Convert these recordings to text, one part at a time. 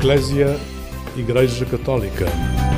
Eclésia, Igreja Católica.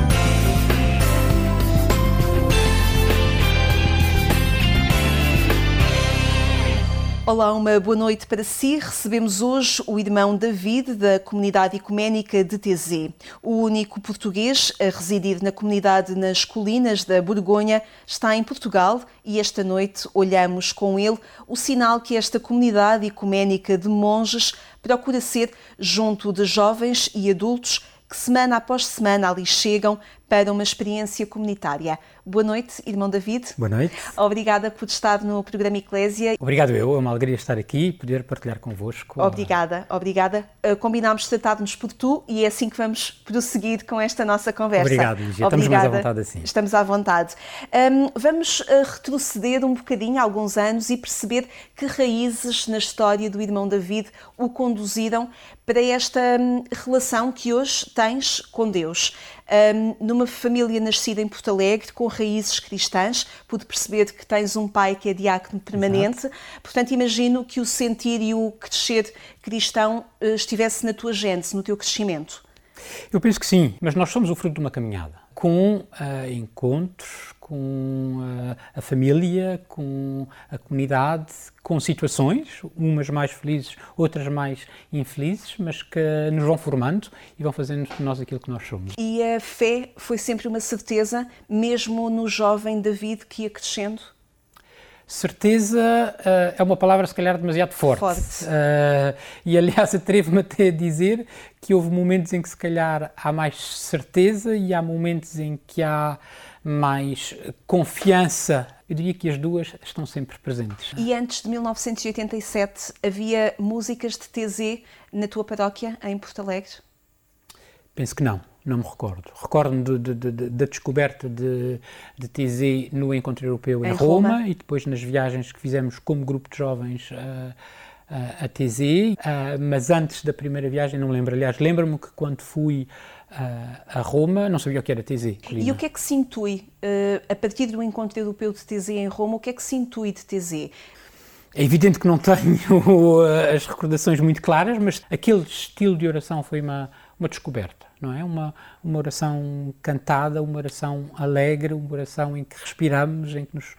Olá, uma boa noite para si. Recebemos hoje o irmão David, da comunidade ecuménica de Taizé. O único português a residir na comunidade nas colinas da Borgonha está em Portugal e esta noite olhamos com ele o sinal que esta comunidade ecuménica de monges procura ser junto de jovens e adultos que semana após semana ali chegam para uma experiência comunitária. Boa noite, irmão David. Boa noite. Obrigada por estar no programa Eclésia. Obrigado eu, é uma alegria estar aqui e poder partilhar convosco. Obrigada. Combinámos tratar-nos por tu e é assim que vamos prosseguir com esta nossa conversa. Obrigado, Lígia. Estamos mais à vontade assim. Estamos à vontade. Vamos retroceder um bocadinho, alguns anos, e perceber que raízes na história do irmão David o conduziram para esta relação que hoje tens com Deus. Numa família nascida em Porto Alegre, com raízes cristãs, pude perceber que tens um pai que é diácono permanente. Exato. Portanto, imagino que o sentir e o crescer cristão estivesse na tua gênese, no teu crescimento. Eu penso que sim, mas nós somos o fruto de uma caminhada, com encontros, com a família, com a comunidade, com situações, umas mais felizes, outras mais infelizes, mas que nos vão formando e vão fazendo de nós aquilo que nós somos. E a fé foi sempre uma certeza, mesmo no jovem David que ia crescendo? Certeza é uma palavra se calhar demasiado forte. E aliás atrevo-me até a dizer que houve momentos em que se calhar há mais certeza e há momentos em que há mais confiança. Eu diria que as duas estão sempre presentes. E antes de 1987 havia músicas de Taizé na tua paróquia em Porto Alegre? Penso que não me recordo. Recordo-me da descoberta de Taizé no Encontro Europeu em Roma e depois nas viagens que fizemos como grupo de jovens a Taizé, mas antes da primeira viagem não me lembro. Aliás, lembro-me que quando fui a Roma não sabia o que era Taizé. E o que é que se intui, a partir do Encontro Europeu de Taizé em Roma, o que é que se intui de Taizé? É evidente que não tenho as recordações muito claras, mas aquele estilo de oração foi uma descoberta, não é? Uma oração cantada, uma oração alegre, uma oração em que respiramos, em que nos...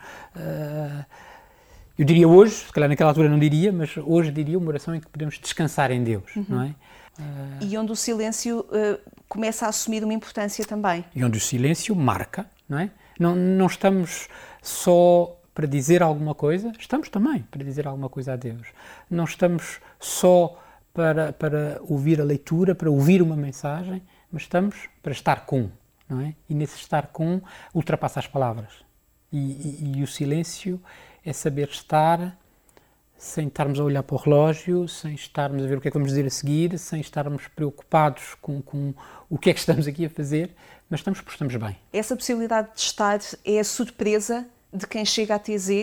eu diria hoje, se calhar naquela altura não diria, mas hoje diria uma oração em que podemos descansar em Deus, não é? E onde o silêncio começa a assumir uma importância também. E onde o silêncio marca, não é? Não estamos só para dizer alguma coisa, estamos também para dizer alguma coisa a Deus. Não estamos só para ouvir a leitura, para ouvir uma mensagem, mas estamos para estar com, não é? E nesse estar com ultrapassa as palavras. E o silêncio é saber estar sem estarmos a olhar para o relógio, sem estarmos a ver o que é que vamos dizer a seguir, sem estarmos preocupados com o que é que estamos aqui a fazer, mas estamos porque estamos bem. Essa possibilidade de estar é a surpresa de quem chega a Taizé?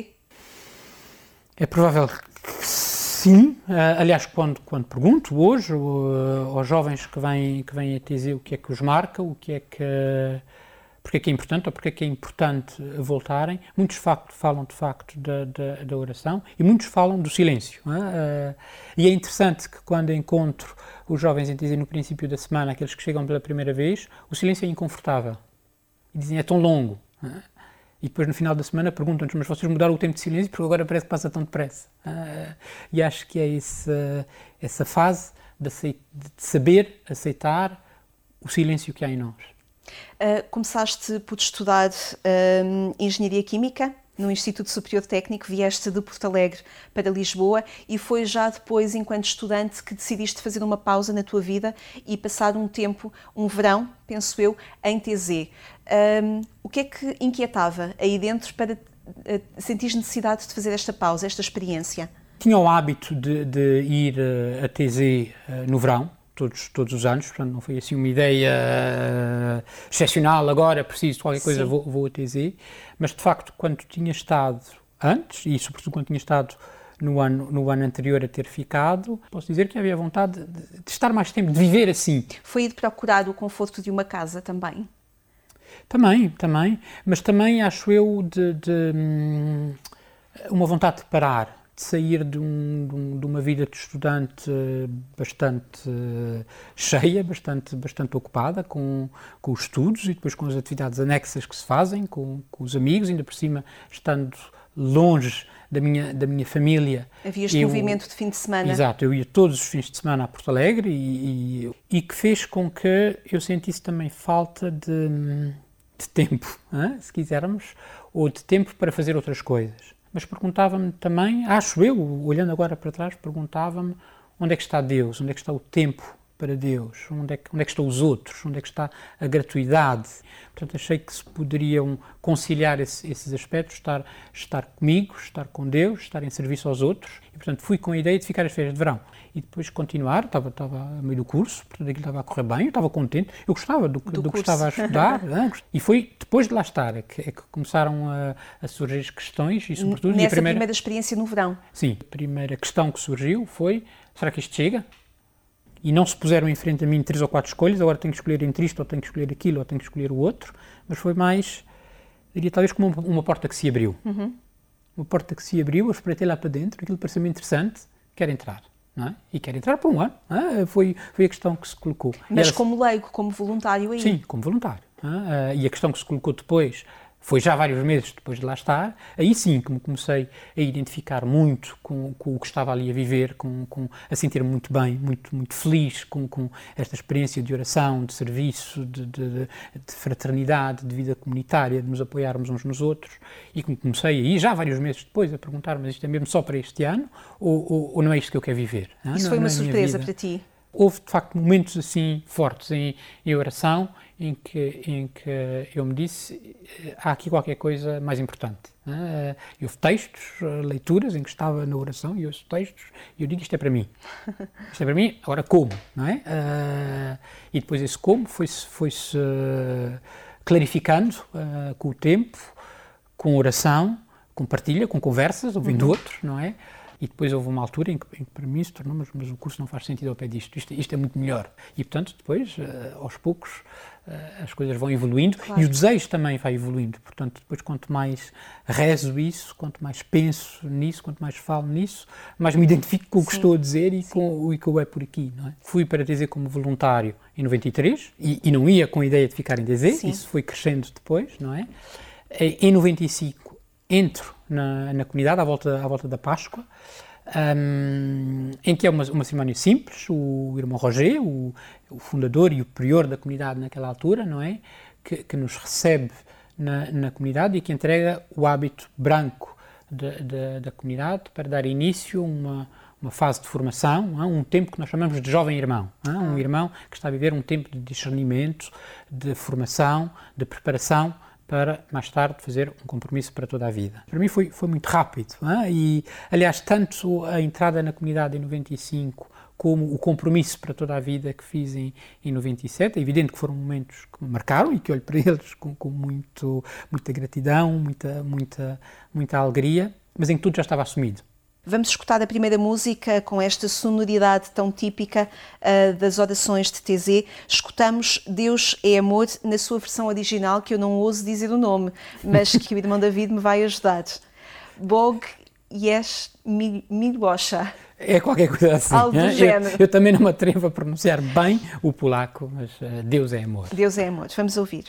É provável que sim. Aliás, quando pergunto hoje aos jovens que vêm a Taizé o que é que os marca, porque é que é importante ou porque é que é importante voltarem, muitos falam de facto da oração e muitos falam do silêncio. E é interessante que quando encontro os jovens em Taizé no princípio da semana, aqueles que chegam pela primeira vez, o silêncio é inconfortável. E dizem, é tão longo. E depois no final da semana perguntam-nos, mas vocês mudaram o tempo de silêncio porque agora parece que passa tão depressa. E acho que é essa fase de saber aceitar o silêncio que há em nós. Começaste por estudar Engenharia Química no Instituto Superior Técnico, vieste de Porto Alegre para Lisboa e foi já depois, enquanto estudante, que decidiste fazer uma pausa na tua vida e passar um tempo, um verão, penso eu, em Taizé. O que é que inquietava aí dentro para sentir necessidade de fazer esta pausa, esta experiência? Tinha o hábito de ir a Taizé no verão, todos os anos, portanto não foi assim uma ideia excepcional, agora preciso de qualquer coisa, vou a Taizé, mas de facto quando tinha estado antes, e sobretudo quando tinha estado no ano anterior a ter ficado, posso dizer que havia vontade de estar mais tempo, de viver assim. Foi ir procurar o conforto de uma casa também? Também, mas também acho eu de uma vontade de parar, sair de uma vida de estudante bastante cheia, bastante ocupada com os estudos e depois com as atividades anexas que se fazem, com os amigos, ainda por cima estando longe da minha família. Havia este movimento de fim de semana. Exato, eu ia todos os fins de semana a Porto Alegre e que fez com que eu sentisse também falta de tempo, se quisermos, ou de tempo para fazer outras coisas. Mas perguntava-me também, acho eu, olhando agora para trás, perguntava-me onde é que está Deus, onde é que está o tempo para Deus, onde é que estão os outros, onde é que está a gratuidade. Portanto, achei que se poderiam conciliar esses aspectos, estar comigo, estar com Deus, estar em serviço aos outros. E, portanto, fui com a ideia de ficar as férias de verão. E depois continuar, estava a meio do curso, portanto, aquilo estava a correr bem, eu estava contente, eu gostava do que estava a estudar. E foi depois de lá estar é que começaram a surgir as questões e, sobretudo... Nessa primeira experiência no verão. Sim, a primeira questão que surgiu foi, será que isto chega? E não se puseram em frente a mim 3 ou 4 escolhas, agora tenho que escolher entre isto, ou tenho que escolher aquilo, ou tenho que escolher o outro, mas foi mais, diria talvez como uma porta que se abriu. Uma porta que se abriu, eu espreitei lá para dentro, aquilo pareceu-me interessante, quero entrar, não é? E quero entrar por um ano, foi a questão que se colocou. Mas como leigo, como voluntário aí? Sim, como voluntário. E a questão que se colocou depois, foi já vários meses depois de lá estar, aí sim que me comecei a identificar muito com o que estava ali a viver, a sentir-me muito bem, muito feliz com esta experiência de oração, de serviço, de fraternidade, de vida comunitária, de nos apoiarmos uns nos outros, e comecei aí, já vários meses depois, a perguntar, mas isto é mesmo só para este ano, ou não é isto que eu quero viver? Isso foi uma surpresa para ti? Houve, de facto, momentos assim fortes em oração em que eu me disse, há aqui qualquer coisa mais importante. E houve textos, leituras em que estava na oração e ouço textos e eu digo, isto é para mim. Isto é para mim, agora como, não é? E depois esse como foi-se clarificando com o tempo, com oração, com partilha, com conversas, ouvindo outros, não é? E depois houve uma altura em que para mim se tornou, mas o curso não faz sentido ao pé disto, isto é muito melhor. E portanto depois, aos poucos, as coisas vão evoluindo, claro. E o desejo também vai evoluindo. Portanto, depois quanto mais rezo isso, quanto mais penso nisso, quanto mais falo nisso, mais me identifico com o que estou a dizer e com o que eu é por aqui, não é? Fui para a TZ como voluntário em 93 e não ia com a ideia de ficar em TZ, isso foi crescendo depois, não é? Em 95 entro na comunidade à volta da Páscoa, em que é uma cerimónia simples. O irmão Roger, o fundador e o prior da comunidade naquela altura, não é? Que nos recebe na comunidade e que entrega o hábito branco da comunidade para dar início a uma fase de formação, um tempo que nós chamamos de jovem irmão, um irmão que está a viver um tempo de discernimento, de formação, de preparação, para mais tarde fazer um compromisso para toda a vida. Para mim foi muito rápido, e aliás tanto a entrada na comunidade em 95 como o compromisso para toda a vida que fiz em 97, é evidente que foram momentos que me marcaram e que olho para eles com muita gratidão, muita alegria, mas em que tudo já estava assumido. Vamos escutar a primeira música com esta sonoridade tão típica das orações de TZ. Escutamos Deus é Amor na sua versão original, que eu não ouso dizer o nome, mas que o irmão David me vai ajudar. Bog Yes Milosha. É qualquer coisa assim. Algo do género. Eu também não me atrevo a pronunciar bem o polaco, mas Deus é Amor. Deus é Amor. Vamos ouvir.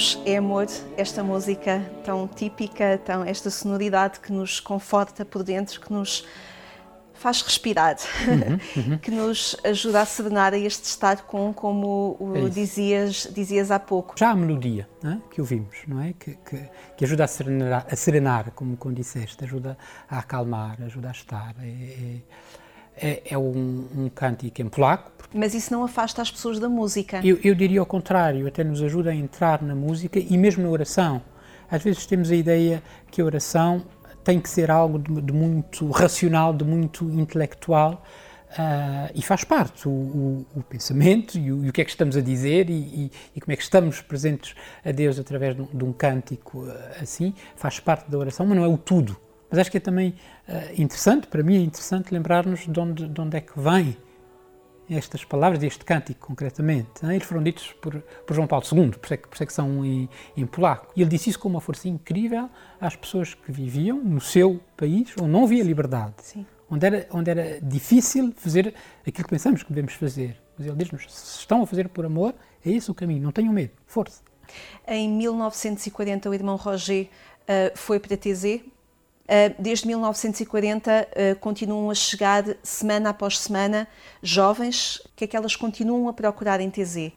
ouvimos É Amor, esta música tão típica, esta sonoridade que nos conforta por dentro, que nos faz respirar, que nos ajuda a serenar a este estado como dizias há pouco. Já a melodia, não é? Que ouvimos, não é? Que ajuda a serenar, como disseste, ajuda a acalmar, ajuda a estar. É um cântico em polaco. Mas isso não afasta as pessoas da música? Eu diria ao contrário, até nos ajuda a entrar na música e mesmo na oração. Às vezes temos a ideia que a oração tem que ser algo de muito racional, de muito intelectual, e faz parte o pensamento e o que é que estamos a dizer e como é que estamos presentes a Deus através de um cântico assim, faz parte da oração, mas não é o tudo. Mas acho que é também interessante, para mim é interessante lembrar-nos de onde é que vêm estas palavras deste cântico, concretamente. Eles foram ditos por João Paulo II, por isso é que são em polaco. E ele disse isso com uma força incrível às pessoas que viviam no seu país, onde não havia liberdade, onde era difícil fazer aquilo que pensamos que devemos fazer. Mas ele diz-nos, se estão a fazer por amor, é esse o caminho, não tenham medo, força. Em 1940, o irmão Roger foi para TZ. Desde 1940 continuam a chegar, semana após semana, jovens. O que é que elas continuam a procurar em TZ?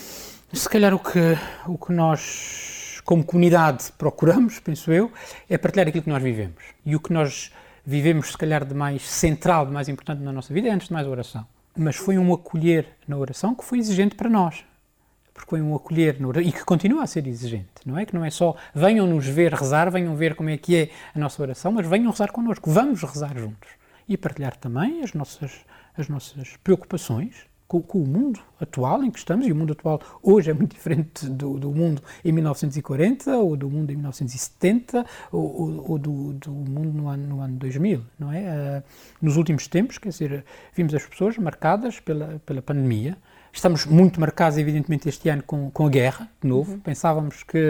Se calhar o que nós, como comunidade, procuramos, penso eu, é partilhar aquilo que nós vivemos. E o que nós vivemos, se calhar, de mais central, de mais importante na nossa vida, é, antes de mais, a oração. Mas foi um acolher na oração que foi exigente para nós. Porque foi um acolher e que continua a ser exigente, não é? Que não é só venham nos ver rezar, venham ver como é que é a nossa oração, mas venham rezar connosco, vamos rezar juntos. E partilhar também as nossas preocupações com o mundo atual em que estamos, e o mundo atual hoje é muito diferente do mundo em 1940, ou do mundo em 1970, ou do mundo no ano 2000, não é? Nos últimos tempos, quer dizer, vimos as pessoas marcadas pela pandemia. Estamos muito marcados, evidentemente, este ano com a guerra, de novo. Pensávamos que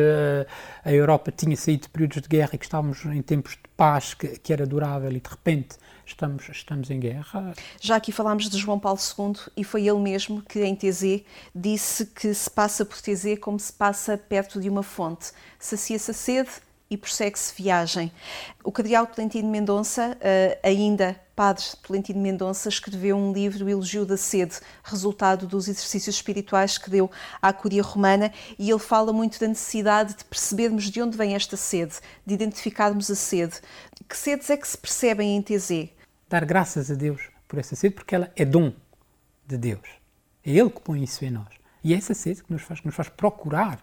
a Europa tinha saído de períodos de guerra e que estávamos em tempos de paz que era durável e, de repente, estamos em guerra. Já aqui falámos de João Paulo II e foi ele mesmo que, em TZ, disse que se passa por TZ como se passa perto de uma fonte. Sacia-se a sede e prossegue-se viagem. O cardeal Tolentino Mendonça, ainda padre Tolentino Mendonça, escreveu um livro, O Elogio da Sede, resultado dos exercícios espirituais que deu à Cúria Romana, e ele fala muito da necessidade de percebermos de onde vem esta sede, de identificarmos a sede. Que sedes é que se percebem em TZ? Dar graças a Deus por essa sede, porque ela é dom de Deus. É Ele que põe isso em nós. E é essa sede que nos faz procurar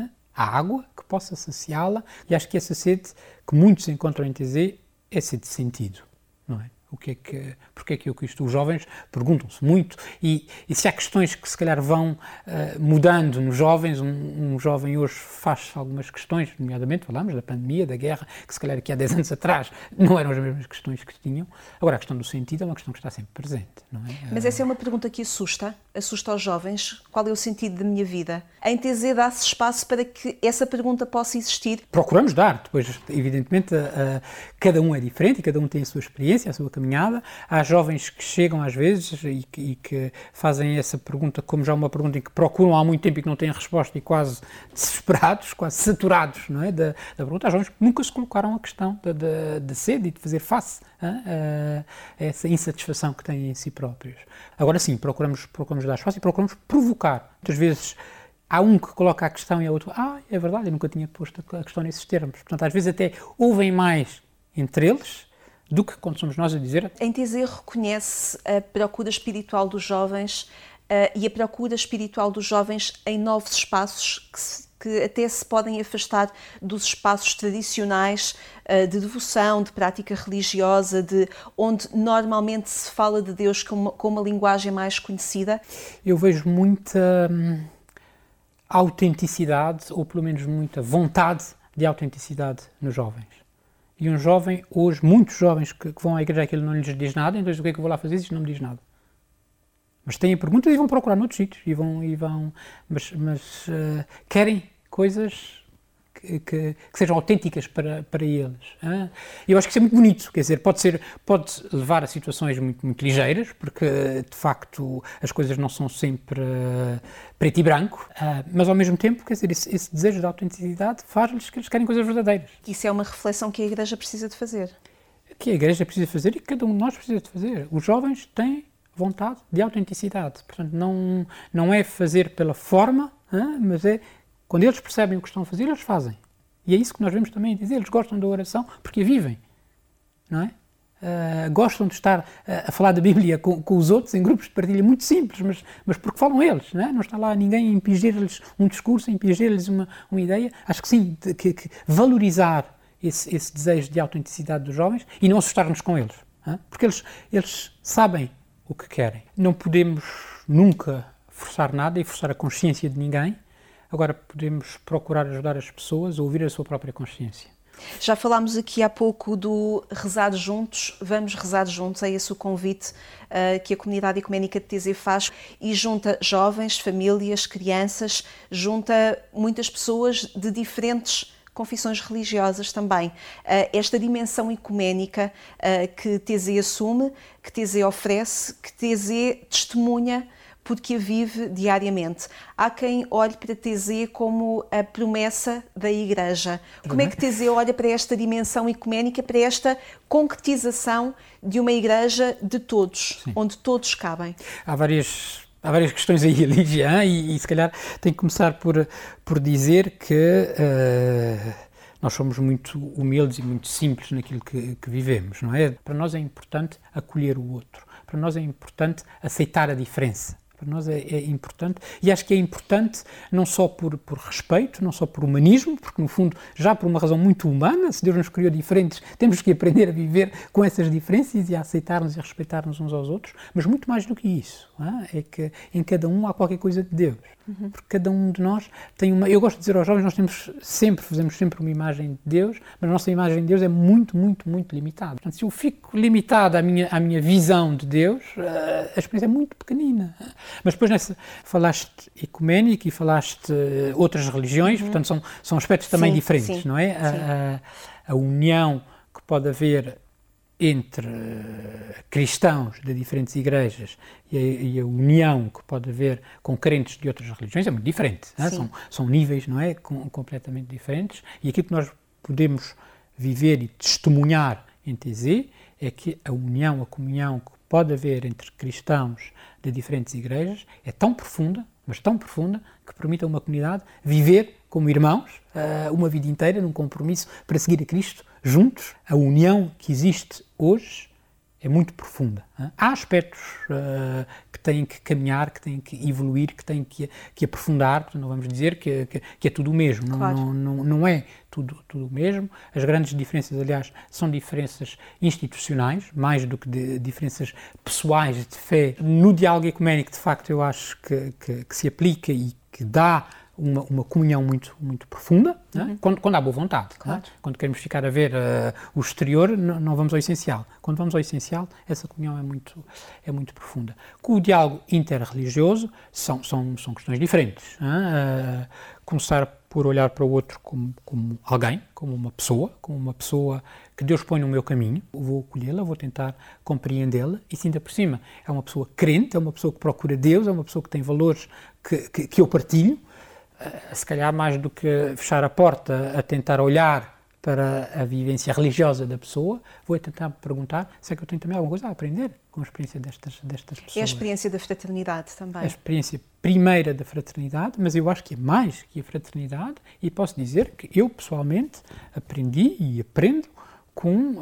a água que possa saciá-la, e acho que essa sede que muitos encontram em TZ é sede de sentido, não é? Porque é que eu isto? Os jovens perguntam-se muito, e se há questões que se calhar vão mudando nos jovens, um jovem hoje faz algumas questões, nomeadamente falamos da pandemia, da guerra, que se calhar aqui há 10 anos atrás não eram as mesmas questões que tinham. Agora, a questão do sentido é uma questão que está sempre presente, não é? Mas essa é uma pergunta que assusta aos jovens. Qual é o sentido da minha vida? Em TZ dá-se espaço para que essa pergunta possa existir? Procuramos dar, depois, evidentemente, cada um é diferente e cada um tem a sua experiência, a sua caminhada. Há jovens que chegam às vezes e que fazem essa pergunta como já uma pergunta em que procuram há muito tempo e que não têm resposta, e quase desesperados, quase saturados, não é, da pergunta. Há jovens que nunca se colocaram a questão de sede e de fazer face a essa insatisfação que têm em si próprios. Agora sim, procuramos dar espaço e procuramos provocar. Muitas vezes há um que coloca a questão e há outro, é verdade, eu nunca tinha posto a questão nesses termos. Portanto, às vezes até ouvem mais entre eles do que quando somos nós a dizer. Em TZ reconhece a procura espiritual dos jovens e a procura espiritual dos jovens em novos espaços que até se podem afastar dos espaços tradicionais de devoção, de prática religiosa, onde normalmente se fala de Deus com uma linguagem mais conhecida. Eu vejo muita autenticidade, ou pelo menos muita vontade de autenticidade nos jovens. E um jovem, hoje, muitos jovens que vão à igreja, aquilo não lhes diz nada, então o que é que eu vou lá fazer? Isto não me diz nada. Mas têm perguntas e vão procurar noutros sítios, mas querem coisas que sejam autênticas para eles. Eu acho que isso é muito bonito, quer dizer, pode levar a situações muito, muito ligeiras, porque de facto as coisas não são sempre preto e branco, mas ao mesmo tempo, quer dizer, esse desejo de autenticidade faz-lhes que eles querem coisas verdadeiras. Isso é uma reflexão que a Igreja precisa de fazer. Que a Igreja precisa fazer e que cada um de nós precisa de fazer. Os jovens têm vontade de autenticidade, portanto não é fazer pela forma, mas é quando eles percebem o que estão a fazer, eles fazem. E é isso que nós vemos também dizer. Eles gostam da oração porque a vivem, não é? Gostam de estar a falar da Bíblia com os outros em grupos de partilha muito simples, mas porque falam eles, não é? Não está lá ninguém a impingir-lhes um discurso, a impingir-lhes uma ideia. Acho que sim, que valorizar esse desejo de autenticidade dos jovens e não assustar-nos com eles, porque eles sabem o que querem. Não podemos nunca forçar nada e forçar a consciência de ninguém. Agora podemos procurar ajudar as pessoas a ouvir a sua própria consciência. Já falámos aqui há pouco do rezar juntos, vamos rezar juntos, é esse o convite que a comunidade ecuménica de TZ faz e junta jovens, famílias, crianças, junta muitas pessoas de diferentes confissões religiosas também. Esta dimensão ecuménica que TZ assume, que TZ oferece, que TZ testemunha, porque a vive diariamente. Há quem olhe para TZ como a promessa da Igreja. Como é que TZ olha para esta dimensão ecuménica, para esta concretização de uma Igreja de todos, sim, onde todos cabem? Há várias questões aí, Lígia, e se calhar tenho que começar por dizer que nós somos muito humildes e muito simples naquilo que vivemos, não é? Para nós é importante acolher o outro, para nós é importante aceitar a diferença. Para nós é importante, e acho que é importante não só por respeito, não só por humanismo, porque no fundo, já por uma razão muito humana, se Deus nos criou diferentes, temos que aprender a viver com essas diferenças e a aceitar-nos e a respeitar-nos uns aos outros, mas muito mais do que isso, é que em cada um há qualquer coisa de Deus, porque cada um de nós tem uma... Eu gosto de dizer aos jovens, nós fazemos sempre uma imagem de Deus, mas a nossa imagem de Deus é muito, muito, muito limitada. Portanto, se eu fico limitado à minha visão de Deus, a experiência é muito pequenina. Mas depois falaste ecuménico e falaste outras religiões, portanto são aspectos também diferentes, sim, não é? A união que pode haver entre cristãos de diferentes igrejas e a união que pode haver com crentes de outras religiões é muito diferente. São níveis, não é? Completamente diferentes. E aquilo que nós podemos viver e testemunhar em TZ é que a união, a comunhão que pode haver entre cristãos de diferentes igrejas é tão profunda, mas tão profunda, que permite a uma comunidade viver como irmãos uma vida inteira num compromisso para seguir a Cristo juntos. A união que existe hoje é muito profunda. Há aspectos que têm que caminhar, que têm que evoluir, que têm que aprofundar, portanto, não vamos dizer que é tudo o mesmo, claro. Não é tudo o mesmo. As grandes diferenças, aliás, são diferenças institucionais, mais do que diferenças pessoais de fé. No diálogo ecuménico, de facto, eu acho que se aplica e que dá uma comunhão muito, muito profunda, quando há boa vontade. Claro. Quando queremos ficar a ver o exterior, não vamos ao essencial. Quando vamos ao essencial, essa comunhão é muito profunda. Com o diálogo interreligioso, são questões diferentes. Começar por olhar para o outro como alguém, como uma pessoa que Deus põe no meu caminho. Eu vou acolhê-la, vou tentar compreendê-la, e se ainda por cima é uma pessoa crente, é uma pessoa que procura Deus, é uma pessoa que tem valores que eu partilho. Se calhar mais do que fechar a porta a tentar olhar para a vivência religiosa da pessoa, vou tentar perguntar se é que eu tenho também alguma coisa a aprender com a experiência destas pessoas. É a experiência da fraternidade também. A experiência primeira da fraternidade, mas eu acho que é mais que a fraternidade, e posso dizer que eu pessoalmente aprendi e aprendo com...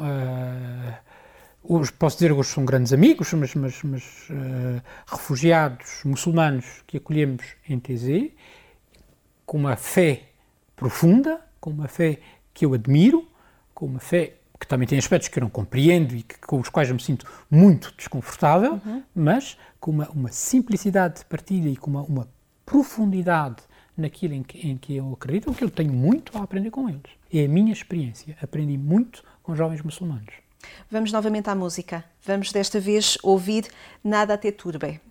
posso dizer que hoje são grandes amigos, mas refugiados muçulmanos que acolhemos em TZ, com uma fé profunda, com uma fé que eu admiro, com uma fé que também tem aspectos que eu não compreendo e com os quais eu me sinto muito desconfortável, mas com uma simplicidade de partilha e com uma profundidade naquilo em que eu acredito, que eu tenho muito a aprender com eles. É a minha experiência. Aprendi muito com jovens muçulmanos. Vamos novamente à música. Vamos desta vez ouvir Nada te turbe.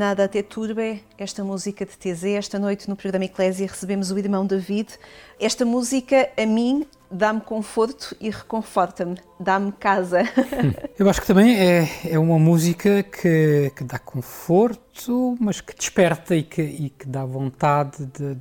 Nada Te Turbe, esta música de TZ. Esta noite no programa Eclésia recebemos o irmão David. Esta música, a mim, dá-me conforto e reconforta-me, dá-me casa. Eu acho que também é uma música que dá conforto, mas que desperta e que dá vontade de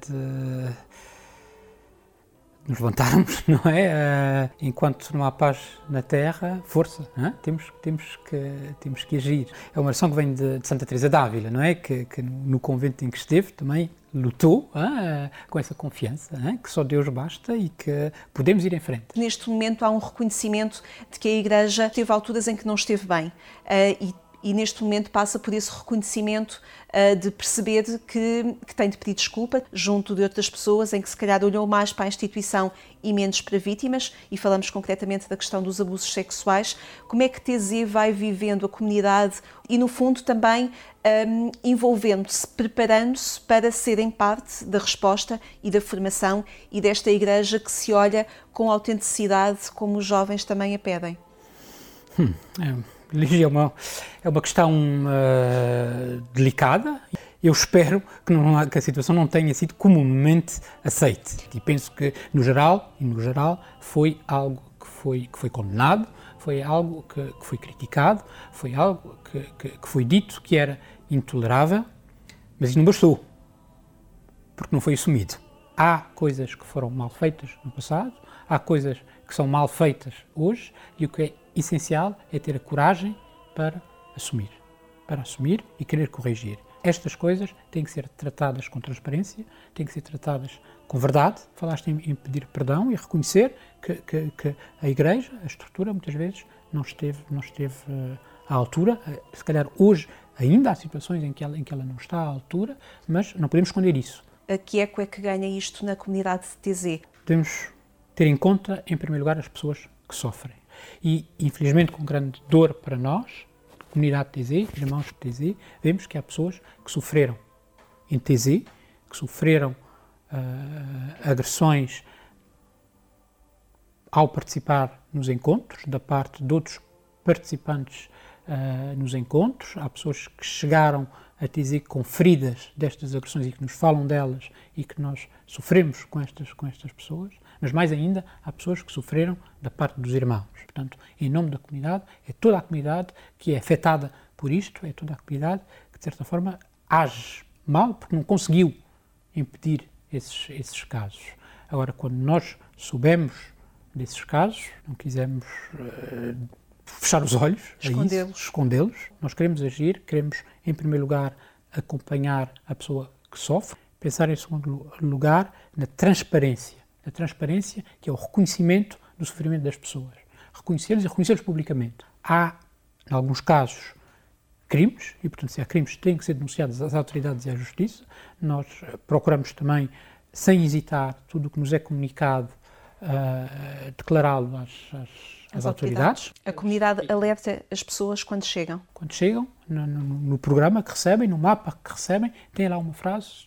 nos levantarmos, não é? Enquanto não há paz na Terra, força, não é? Temos que agir. É uma oração que vem de Santa Teresa d'Ávila, não é? Que no convento em que esteve também lutou com essa confiança, que só Deus basta e que podemos ir em frente. Neste momento há um reconhecimento de que a Igreja teve alturas em que não esteve bem e neste momento passa por esse reconhecimento de perceber que tem de pedir desculpa junto de outras pessoas, em que se calhar olhou mais para a instituição e menos para vítimas, e falamos concretamente da questão dos abusos sexuais. Como é que TZ vai vivendo a comunidade e, no fundo, também envolvendo-se, preparando-se para serem parte da resposta e da formação e desta Igreja que se olha com autenticidade, como os jovens também a pedem? É uma questão delicada. Eu espero que a situação não tenha sido comumente aceite. E penso que, no geral, foi algo que foi condenado, foi algo que foi criticado, foi algo que foi dito que era intolerável, mas isso não bastou, porque não foi assumido. Há coisas que foram mal feitas no passado, há coisas que são mal feitas hoje, e o que é essencial é ter a coragem para assumir e querer corrigir. Estas coisas têm que ser tratadas com transparência, têm que ser tratadas com verdade. Falaste em pedir perdão e reconhecer que a Igreja, a estrutura, muitas vezes não esteve à altura. Se calhar hoje ainda há situações em que ela não está à altura, mas não podemos esconder isso. A que eco é que ganha isto na comunidade de TZ? Podemos ter em conta, em primeiro lugar, as pessoas que sofrem. E, infelizmente, com grande dor para nós, comunidade TZ, irmãos de TZ, vemos que há pessoas que sofreram em TZ, que sofreram agressões ao participar nos encontros, da parte de outros participantes nos encontros. Há pessoas que chegaram a TZ com feridas destas agressões e que nos falam delas e que nós sofremos com estas pessoas. Mas mais ainda, há pessoas que sofreram da parte dos irmãos. Portanto, em nome da comunidade, é toda a comunidade que é afetada por isto, é toda a comunidade que, de certa forma, age mal porque não conseguiu impedir esses casos. Agora, quando nós soubemos desses casos, não quisemos fechar os olhos, escondê-los. Nós queremos agir, queremos, em primeiro lugar, acompanhar a pessoa que sofre, pensar, em segundo lugar, na transparência. A transparência, que é o reconhecimento do sofrimento das pessoas. Reconhecê-los e reconhecê-los publicamente. Há, em alguns casos, crimes, e, portanto, se há crimes, têm que ser denunciados às autoridades e à justiça. Nós procuramos também, sem hesitar, tudo o que nos é comunicado, declará-lo às autoridades. A comunidade alerta as pessoas quando chegam? Quando chegam, no programa que recebem, no mapa que recebem, tem lá uma frase,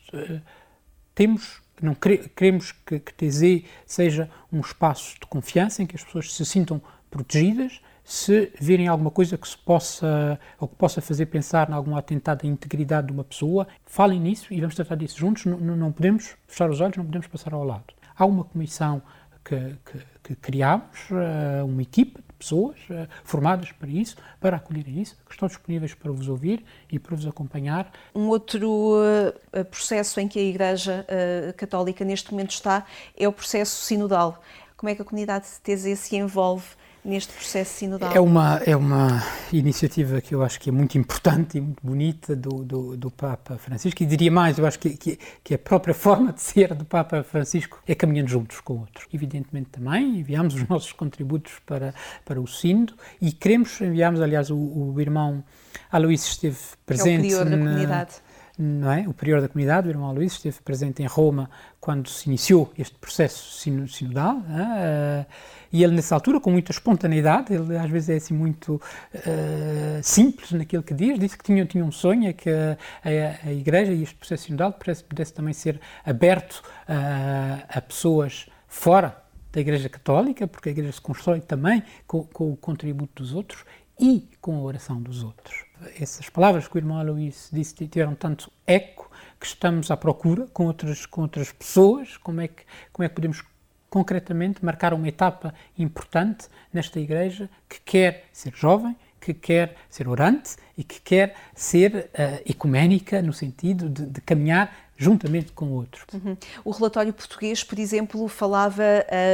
queremos que TZ seja um espaço de confiança em que as pessoas se sintam protegidas. Se virem alguma coisa que possa fazer pensar em algum atentado à integridade de uma pessoa, falem nisso e vamos tratar disso juntos. Não podemos fechar os olhos, não podemos passar ao lado. Há uma comissão que criámos, uma equipa de pessoas formadas para isso, para acolherem isso, que estão disponíveis para vos ouvir e para vos acompanhar. Um outro processo em que a Igreja Católica neste momento está é o processo sinodal. Como é que a comunidade de TZ se envolve neste processo sinodal? É uma iniciativa que eu acho que é muito importante e muito bonita do Papa Francisco, e diria mais, eu acho que a própria forma de ser do Papa Francisco é caminhando juntos com outros. Evidentemente também enviamos os nossos contributos para o Sínodo e enviamos, aliás, o irmão Aloísio esteve presente. É o prior da comunidade. Não é? O prior da comunidade, o irmão Aloísio, esteve presente em Roma quando se iniciou este processo sinodal, e ele, nessa altura, com muita espontaneidade, ele às vezes é assim muito simples naquilo que diz, disse que tinha um sonho, que a Igreja e este processo sinodal pudesse também ser aberto a pessoas fora da Igreja Católica, porque a Igreja se constrói também com o contributo dos outros, e com a oração dos outros. Essas palavras que o irmão Aloísio disse tiveram tanto eco que estamos à procura com outras pessoas, como é que podemos concretamente marcar uma etapa importante nesta igreja que quer ser jovem, que quer ser orante e que quer ser ecuménica no sentido de caminhar juntamente com outros. O relatório português, por exemplo, falava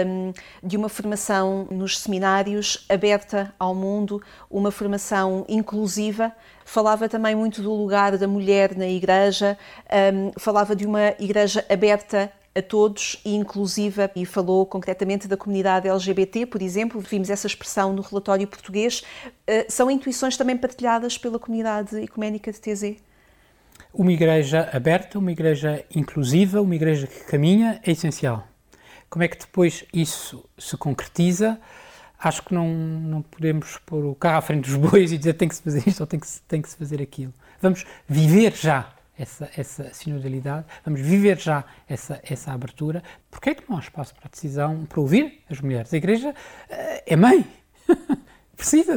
de uma formação nos seminários aberta ao mundo, uma formação inclusiva, falava também muito do lugar da mulher na igreja, falava de uma igreja aberta a todos e inclusiva, e falou concretamente da comunidade LGBT, por exemplo, vimos essa expressão no relatório português. São intuições também partilhadas pela comunidade ecuménica de TZ? Uma igreja aberta, uma igreja inclusiva, uma igreja que caminha é essencial. Como é que depois isso se concretiza? Acho que não podemos pôr o carro à frente dos bois e dizer tem que se fazer isto ou tem que se fazer aquilo. Vamos viver já essa sinodalidade, vamos viver já essa abertura. Porque é que não há espaço para a decisão, para ouvir as mulheres? A igreja é mãe, precisa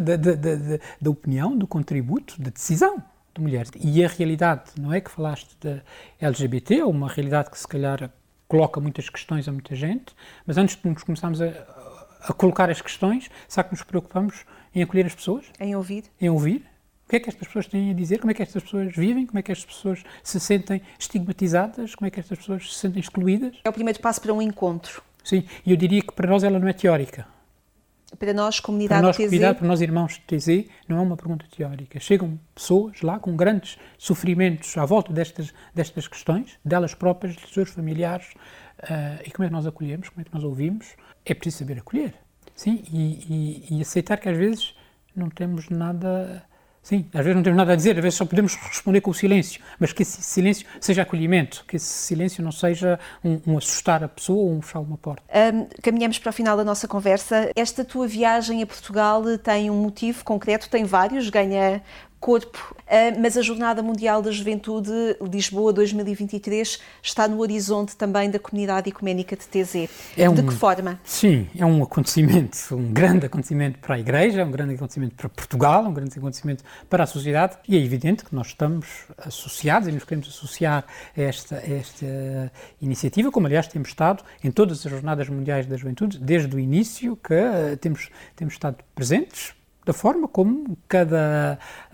da opinião, do contributo, da decisão de mulheres. E a realidade, não é que falaste da LGBT, ou uma realidade que se calhar coloca muitas questões a muita gente, mas antes de nos começarmos a colocar as questões, será que nos preocupamos em acolher as pessoas? Em ouvir. Em ouvir. O que é que estas pessoas têm a dizer? Como é que estas pessoas vivem? Como é que estas pessoas se sentem estigmatizadas? Como é que estas pessoas se sentem excluídas? É o primeiro passo para um encontro. Sim, e eu diria que para nós ela não é teórica. Para nós, comunidade TZ... Para nós, irmãos de TZ, não é uma pergunta teórica. Chegam pessoas lá com grandes sofrimentos à volta destas questões, delas próprias, dos seus familiares, e como é que nós acolhemos, como é que nós ouvimos? É preciso saber acolher. Sim, e aceitar que às vezes não temos nada... Sim, às vezes não temos nada a dizer, às vezes só podemos responder com o silêncio, mas que esse silêncio seja acolhimento, que esse silêncio não seja um assustar a pessoa ou um fechar uma porta. Caminhamos para o final da nossa conversa. Esta tua viagem a Portugal tem um motivo concreto, tem vários, ganha corpo, mas a Jornada Mundial da Juventude Lisboa 2023 está no horizonte também da comunidade ecuménica de TZ. De que forma? Sim, é um acontecimento, um grande acontecimento para a Igreja, um grande acontecimento para Portugal, um grande acontecimento para a sociedade, e é evidente que nós estamos associados e nos queremos associar a esta iniciativa, como aliás temos estado em todas as Jornadas Mundiais da Juventude, desde o início que temos estado presentes, da forma como cada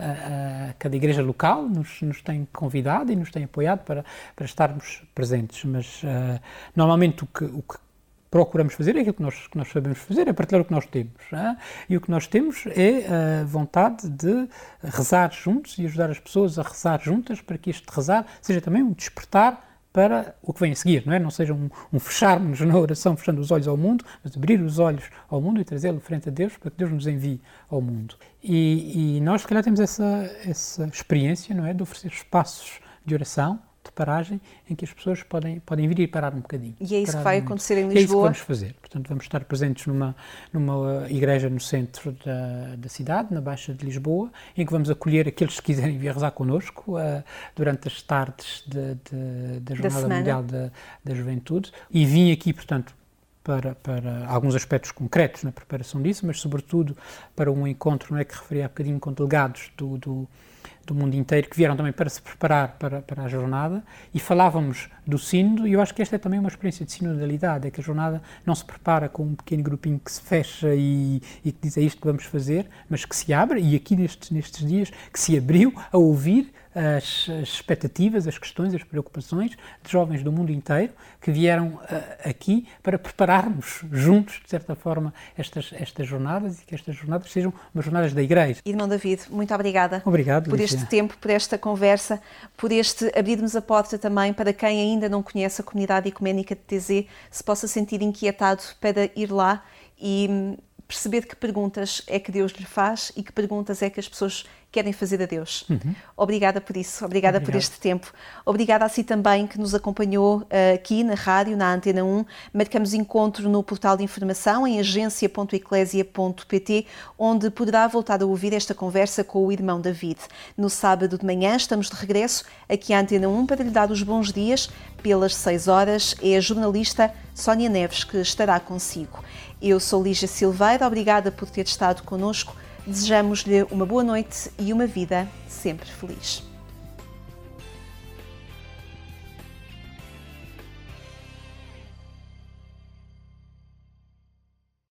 igreja local nos tem convidado e nos tem apoiado para estarmos presentes. Mas normalmente o que procuramos fazer é aquilo que nós sabemos fazer, é partilhar o que nós temos. E o que nós temos é a vontade de rezar juntos e ajudar as pessoas a rezar juntas para que este rezar seja também um despertar para o que vem a seguir, não é? Não seja um fecharmos na oração, fechando os olhos ao mundo, mas abrir os olhos ao mundo e trazê-lo frente a Deus para que Deus nos envie ao mundo. E nós, se calhar, temos essa experiência, não é? De oferecer espaços de oração, de paragem, em que as pessoas podem vir e parar um bocadinho. E é isso que vai acontecer em Lisboa? É isso que vamos fazer. Portanto, vamos estar presentes numa igreja no centro da cidade, na Baixa de Lisboa, em que vamos acolher aqueles que quiserem vir rezar connosco durante as tardes da Jornada Mundial da Juventude. E vim aqui, portanto, para alguns aspectos concretos na preparação disso, mas sobretudo para um encontro, não é, que referi há bocadinho, com delegados do mundo inteiro, que vieram também para se preparar para a jornada, e falávamos do sínodo, e eu acho que esta é também uma experiência de sinodalidade, é que a jornada não se prepara com um pequeno grupinho que se fecha e que diz é isto que vamos fazer, mas que se abre, e aqui nestes dias, que se abriu a ouvir as expectativas, as questões, as preocupações de jovens do mundo inteiro que vieram aqui para prepararmos juntos, de certa forma, estas jornadas, e que estas jornadas sejam umas jornadas da Igreja. Irmão David, muito obrigada. Obrigado, por este tempo, por esta conversa, por abrir-nos a porta também para quem ainda não conhece a comunidade ecuménica de TZ, se possa sentir inquietado para ir lá e perceber que perguntas é que Deus lhe faz e que perguntas é que as pessoas querem fazer a Deus. Obrigada por isso, obrigada por este tempo. Obrigada a si também que nos acompanhou aqui na rádio, na Antena 1. Marcamos encontro no portal de informação em agência.eclesia.pt, onde poderá voltar a ouvir esta conversa com o irmão David. No sábado de manhã estamos de regresso aqui à Antena 1 para lhe dar os bons dias. Pelas 6 horas é a jornalista Sónia Neves que estará consigo. Eu sou Lígia Silveira, obrigada por ter estado connosco. Desejamos-lhe uma boa noite e uma vida sempre feliz.